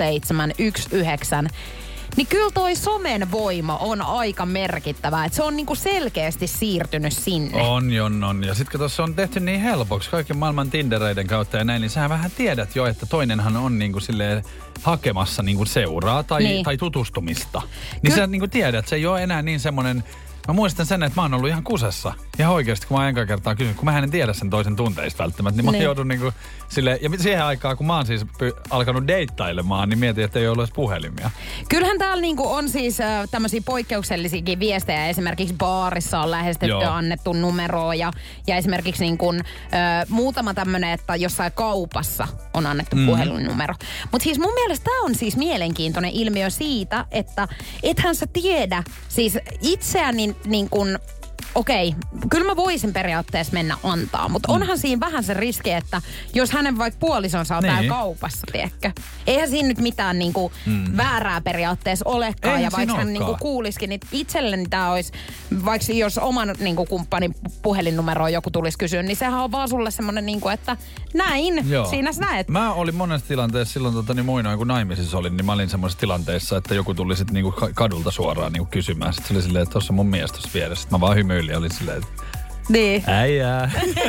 1719. Niin kyllä toi somen voima on aika merkittävä, että se on niinku selkeästi siirtynyt sinne. On. Ja sitten kun tuossa on tehty niin helpoksi kaiken maailman Tindereiden kautta ja näin, niin sähän vähän tiedät jo, että toinenhan on niinku silleen hakemassa niinku seuraa tai tutustumista. Niin sä niinku tiedät, että se ei ole enää niin semmoinen. Mä muistan sen, että mä oon ollut ihan kusessa. Ihan oikeasti, kun mä oon enkä kertaa kysynyt, kun mä en tiedä sen toisen tunteista välttämättä, niin mä joudun niinku silleen, ja siihen aikaan, kun mä oon siis alkanut deittailemaan, niin mietin, että ei ollut edes puhelimia. Kyllähän täällä niinku on siis tämmöisiä poikkeuksellisiakin viestejä. Esimerkiksi baarissa on lähestetty ja annettu numeroa ja esimerkiksi niinku, muutama tämmönen, että jossain kaupassa on annettu puhelinnumero. Mutta siis mun mielestä tää on siis mielenkiintoinen ilmiö siitä, että ethän sä tiedä siis itseäni niin kuin, okei, kyllä mä voisin periaatteessa mennä antaa, mutta onhan siinä vähän se riski, että jos hänen vaikka puolisonsa on täällä kaupassa, tiedätkö? Eihän siinä nyt mitään niinku väärää periaatteessa olekaan. Eihän ja vaikka hän niinku olekaan. kuulisikin, niin itselleni tää olisi, vaikka jos oman niinku kumppanin puhelinnumeroa joku tulisi kysyä, niin sehän on vaan sulle semmonen niinku, että näin, siinä sä näet. Mä olin monessa tilanteessa silloin muinoin, kun naimisissa olin, niin mä olin semmoisessa tilanteessa, että joku tuli sitten niinku kadulta suoraan niinku kysymään. Sitten se oli silleen, että tossa mun mies tossa vieressä. Sitten mä vaan hymyilin ja olin silleen, että niin. äijää.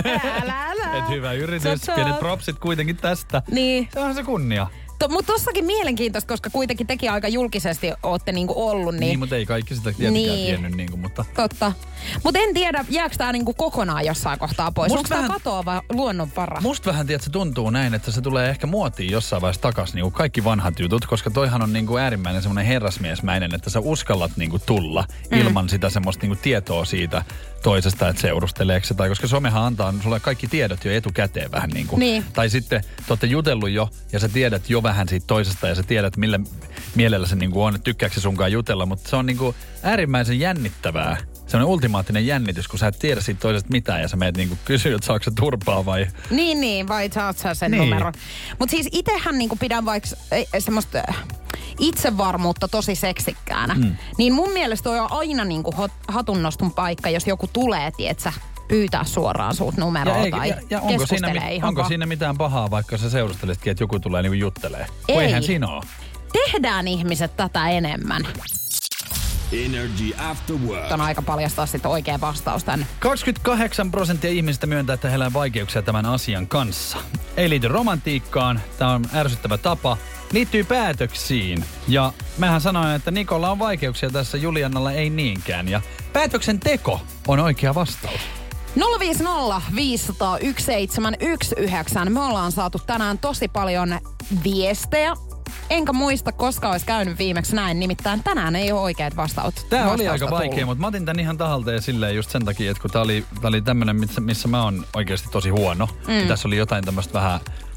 Älä. Et hyvä yritys, pienet propsit kuitenkin tästä. Niin. Se on se kunnia. Mutta tossakin mielenkiintoista, koska kuitenkin tekin aika julkisesti ootte niinku ollut. Niin, mutta ei kaikki sitä tietenkään tiennyt. Niinku, mutta. Totta. Mutta en tiedä, jääkö tää niinku kokonaan jossain kohtaa pois. Onko tää katoava luonnonvara? Musta vähän, tiedät, se tuntuu näin, että se tulee ehkä muotiin jossain vaiheessa takas niinku kaikki vanhat jutut, koska toihan on niinku äärimmäinen semmoinen herrasmiesmäinen, että sä uskallat niinku tulla ilman sitä semmoista niinku tietoa siitä toisesta, että seurusteleeko se. Tai koska somehan antaa sulle kaikki tiedot jo etukäteen vähän niinku. Niin. Tai sitten te ootte jutellut jo ja sä tiedät jo vähän siitä toisesta ja sä tiedät millä mielellä se niinku on, että tykkääkö se sunkaan jutella, mutta se on niinku äärimmäisen jännittävää. Se on ultimaattinen jännitys, kun sä et tiedä siitä toisesta mitään ja sä meet niinku kysyä, että saako se turpaa vai. Niin, vai saat sä sen numeron. Mutta siis itehän niinku pidän vaikka semmoista itsevarmuutta tosi seksikkäänä. Niin mun mielestä on aina niinku hatunnoston paikka, jos joku tulee, tietsä, pyytää suoraan sulta numeroa tai keskustelee ihan onko siinä mitään pahaa, vaikka sä seurustelitkin, että joku tulee niinku juttelee? Ei. Eihän siinä ole. Tehdään ihmiset tätä enemmän. Energy After Work. On aika paljastaa sitten oikea vastaus tänne. 28% ihmisistä myöntää, että heillä on vaikeuksia tämän asian kanssa. Ei liity romantiikkaan, tämä on ärsyttävä tapa. Liittyy päätöksiin. Ja mähän sanoin, että Nikolla on vaikeuksia tässä, Juliannalla ei niinkään. Ja päätöksenteko on oikea vastaus. 050 500 1719. Me ollaan saatu tänään tosi paljon viestejä. Enkä muista, koska olisi käynyt viimeksi näin. Nimittäin tänään ei ole oikeat vastaukset. Tämä oli aika vaikea, mutta mä otin tän ihan tahalteen silleen just sen takia, että kun tää oli tämmönen, missä mä oon oikeasti tosi huono. Ja tässä oli jotain tämmöistä vähän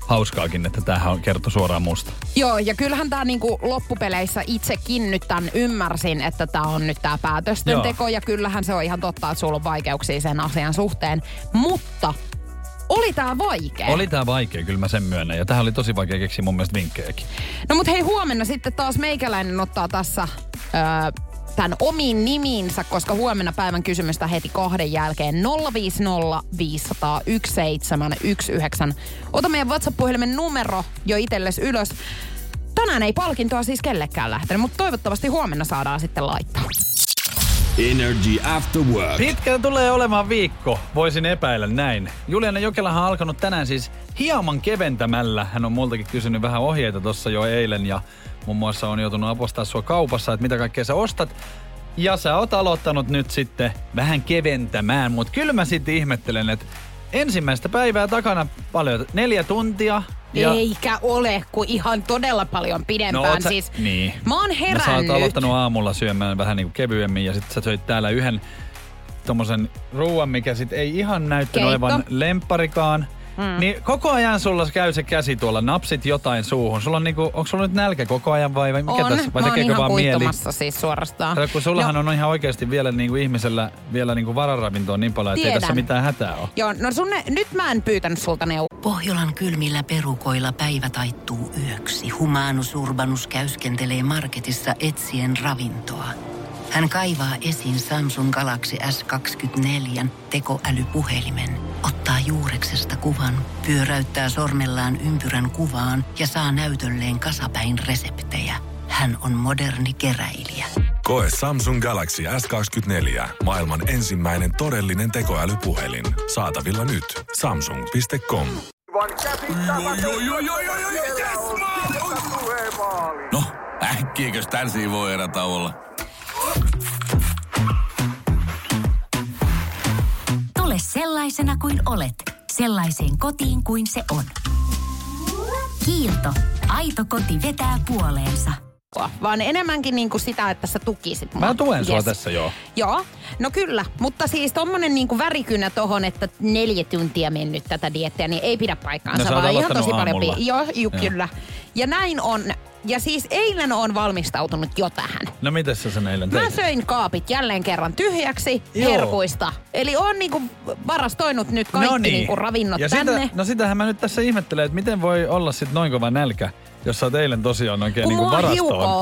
hauskaakin, että tämähän kertoi suoraan musta. Joo, ja kyllähän tää niinku loppupeleissä itsekin nyt tän ymmärsin, että tää on nyt tää päätösten teko. Ja kyllähän se on ihan totta, että sulla on vaikeuksia sen asian suhteen. Mutta oli tää vaikea. Oli tää vaikea, kyllä mä sen myönnän. Ja tähän oli tosi vaikea keksiä mun mielestä vinkkejäkin. No mut hei, huomenna sitten taas meikäläinen ottaa tässä tän omiin nimiinsä, koska huomenna päivän kysymystä heti 2 jälkeen 050 500 1719. Ota meidän WhatsApp-puhelimen numero jo itsellesi ylös. Tänään ei palkintoa siis kellekään lähtenyt, mutta toivottavasti huomenna saadaan sitten laittaa. Energy After Work. Pitkä tulee olemaan viikko, voisin epäillä näin. Juliana Jokelahan on alkanut tänään siis hieman keventämällä. Hän on multakin kysynyt vähän ohjeita tossa jo eilen ja muun muassa on joutunut apostaa sua kaupassa, että mitä kaikkea sä ostat. Ja sä oot aloittanut nyt sitten vähän keventämään, mutta kyllä mä sitten ihmettelen, että ensimmäistä päivää takana paljon, 4 tuntia. Ja eikä ole, kun ihan todella paljon pidempään. No, siis niin. Mä oon herännyt. Sä oot aloittanut aamulla syömään vähän niin kuin kevyemmin ja sitten sä söit täällä yhden tommosen ruuan, mikä sit ei ihan näyttänyt olevan lempparikaan. Niin koko ajan sulla käy se käsi tuolla, napsit jotain suuhun. Sulla on niinku, onko sulla nyt nälkä koko ajan vai mikä on, tässä? Vai mä oon ihan vaan kuittomassa siis suorastaan. Kun sullahan on ihan oikeasti vielä niinku ihmisellä vielä niinku vararavintoa niin paljon, että ei tässä mitään hätää ole. Joo, no nyt mä en pyytänyt sulta Pohjolan kylmillä perukoilla päivä taittuu yöksi. Humanus Urbanus käyskentelee marketissa etsien ravintoa. Hän kaivaa esiin Samsung Galaxy S24 tekoälypuhelimen, ottaa juureksesta kuvan, pyöräyttää sormellaan ympyrän kuvaan ja saa näytölleen kasapäin reseptejä. Hän on moderni keräilijä. Koe Samsung Galaxy S24. Maailman ensimmäinen todellinen tekoälypuhelin. Saatavilla nyt. Samsung.com. No, äkkiäkös tän voi erätä olla? Tule sellaisena kuin olet, sellaiseen kotiin kuin se on. Kiilto. Aito koti vetää puoleensa. Vaan enemmänkin niinku sitä, että sä tukisit mua. Mä tuen sua tässä, joo. Joo, no kyllä. Mutta siis tommonen niinku värikynä tohon, että 4 tuntia mennyt tätä dieettiä, niin ei pidä paikkaansa. No, vaan ihan tosi aamulla. paljon. Joo, kyllä. Ja näin on. Ja siis eilen on valmistautunut jo tähän. No mites sä sen eilen teit? Mä söin kaapit jälleen kerran tyhjäksi herkuista. Eli on niinku varastoinut nyt kaikki niinku ravinnot ja tänne. Sitähän mä nyt tässä ihmettelen, että miten voi olla sit noin kova nälkä, jos sä oot eilen tosiaan oikein niinku varastoon.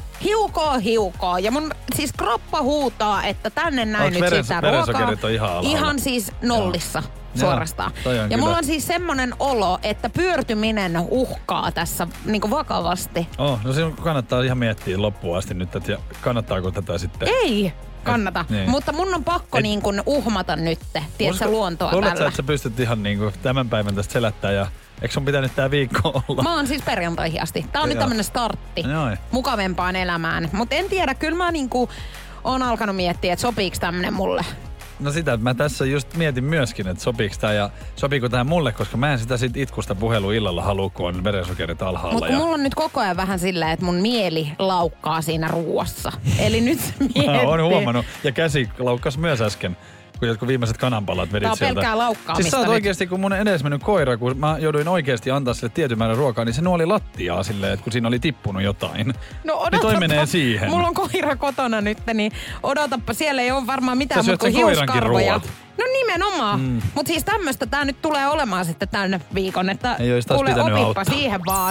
Hiukoo. Ja mun siis kroppa huutaa, että tänne näin nyt sitä ruokaa. Verensokerit on ihan alhaalla? Ihan siis nollissa. Suorastaan. Ja mulla on siis semmonen olo, että pyörtyminen uhkaa tässä niinku vakavasti. No sinun kannattaa ihan miettiä loppuun asti nyt, että kannattaako tätä sitten. Ei kannata, niin. mutta mun on pakko niinku uhmata nyt, tiedätkö, luontoa tällä. tällä. Että sä pystyt ihan niinku tämän päivän tästä selättää ja eikö sun pitänyt tää viikko olla? Mä oon siis perjantaihin asti. Tää on nyt tämmönen startti mukavempaan elämään. Mut en tiedä, kyllä mä niinku oon alkanut miettiä, että sopiiks tämmönen mulle. No sitä, että mä tässä just mietin myöskin, että sopiiko tää ja sopiiko tää mulle, koska mä en sitä sit itkusta puhelu illalla halua, kun on verensokerit alhaalla. Mutta mulla on nyt koko ajan vähän silleen, että mun mieli laukkaa siinä ruuassa. Eli nyt miettii. Mä oon huomannut. Ja käsi laukkas myös äsken, kun jotkut viimeiset kananpalat vedit sieltä. Tää on pelkkää laukkaamista. Siis sä oot oikeesti, kun mun edesmennyt koira, kun mä jouduin oikeesti antaa sille tietyn määrän ruokaa, niin se nuoli lattiaa silleen, että kun siinä oli tippunut jotain. No odotapa, niin toi menee siihen. Mulla on koira kotona nyt, niin odotapa, siellä ei ole varmaan mitään muuta kuin hiuskarvoja. No nimenomaan. Mut siis tämmöstä tää nyt tulee olemaan sitten tänne viikon, että kuule opippa siihen vaan.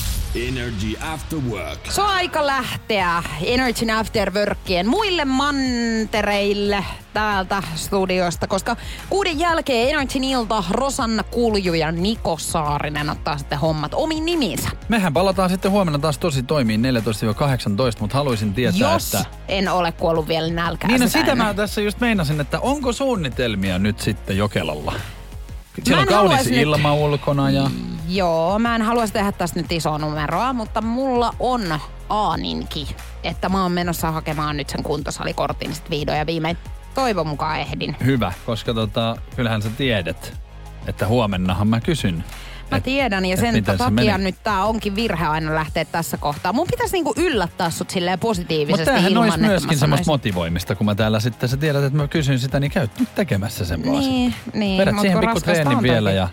Energy After Work. Se on aika lähteä Energy After Workien muille mantereille täältä studiosta, koska 6 jälkeen Energyn ilta Rosanna Kulju ja Niko Saarinen ottaa sitten hommat omiin nimiinsä. Mehän palataan sitten huomenna taas tosi toimiin 14-18, mutta haluaisin tietää, jos että en ole kuollut vielä nälkään. Niin sitä mä tässä just meinasin, että onko suunnitelmia nyt sitten Jokelalla? Siellä on kaunis ilma ulkona ja... Joo, mä en haluaisi tehdä tästä nyt isoa numeroa, mutta mulla on aaninkin, että mä oon menossa hakemaan nyt sen kuntosalikortin sit vihdoin ja viimein. Toivon mukaan ehdin. Hyvä, koska kyllähän sä tiedät, että huomennahan mä kysyn. Mä tiedän ja sen takia nyt tää onkin virhe aina lähteä tässä kohtaa. Mun pitäisi niinku yllättää sut silleen positiivisesti ilman, että mutta tämähän olisi myöskin semmoista motivoimista, kun mä täällä sitten sä tiedät, että mä kysyn sitä, niin käyt nyt tekemässä sen vaan. Niin. Vedät siihen pikku treenin vielä ja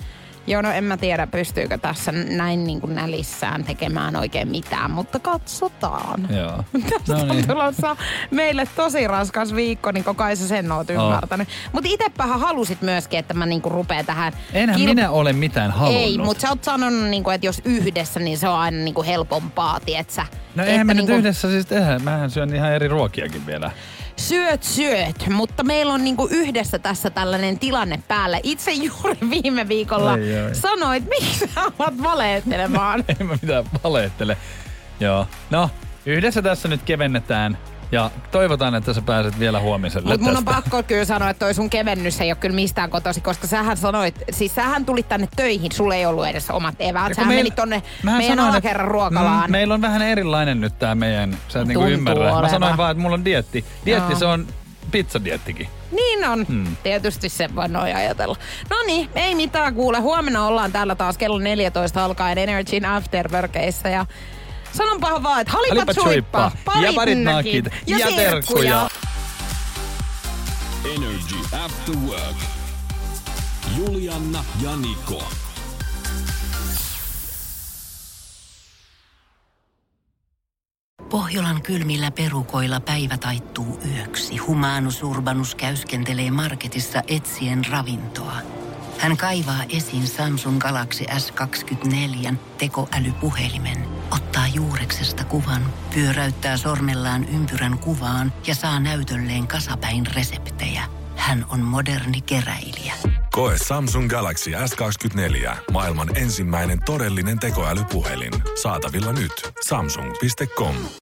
Joo, no en mä tiedä, pystyykö tässä näin niin kuin nälissään tekemään oikein mitään, mutta katsotaan. Joo. Tästä on tulossa meille tosi raskas viikko, niin kai sä sen oot ymmärtänyt. Mutta itsepähän halusit myöskin, että mä niinku rupean tähän... Enhän minä ole mitään halunnut. Ei, mutta sä oot sanonut, niinku, että jos yhdessä, niin se on aina niinku helpompaa, tietsä. No eihän me nyt yhdessä siis tehdä. Mähän syön ihan eri ruokiakin vielä. Syöt, mutta meillä on niinku yhdessä tässä tällainen tilanne päällä. Itse juuri viime viikolla sanoit, miksi sä alat valehtelemaan. En mä mitään valehtele. Joo. No, yhdessä tässä nyt kevennetään. Ja toivotaan, että sä pääset vielä huomiselle tästä. Mutta mun on pakko kyllä sanoa, että toi sun kevennys ei ole kyllä mistään kotosi, koska sähän sanoit, siis sähän tulit tänne töihin, sulla ei ollut edes omat eväät. Sähän menit tonne meidän alakerran ruokalaan. Meillä on vähän erilainen nyt tää meidän, sä et niinku ymmärrä. Mä sanoin vaan, että mulla on dieetti. Dietti se on pizzadiettikin. Niin on. Tietysti se voi noin ajatella. No niin, ei mitään kuule. Huomenna ollaan täällä taas kello 14 alkaen Energyn Afterworkeissa ja sanonpahan vaan, että halipat suippa, parit nakit ja terkkuja. Energy After Work. Julianna ja Niko. Pohjolan kylmillä perukoilla päivä taittuu yöksi. Humanus Urbanus käyskentelee marketissa etsien ravintoa. Hän kaivaa esiin Samsung Galaxy S24 tekoälypuhelimen, ottaa juureksesta kuvan, pyöräyttää sormellaan ympyrän kuvaan ja saa näytölleen kasapäin reseptejä. Hän on moderni keräilijä. Koe Samsung Galaxy S24. Maailman ensimmäinen todellinen tekoälypuhelin. Saatavilla nyt. Samsung.com.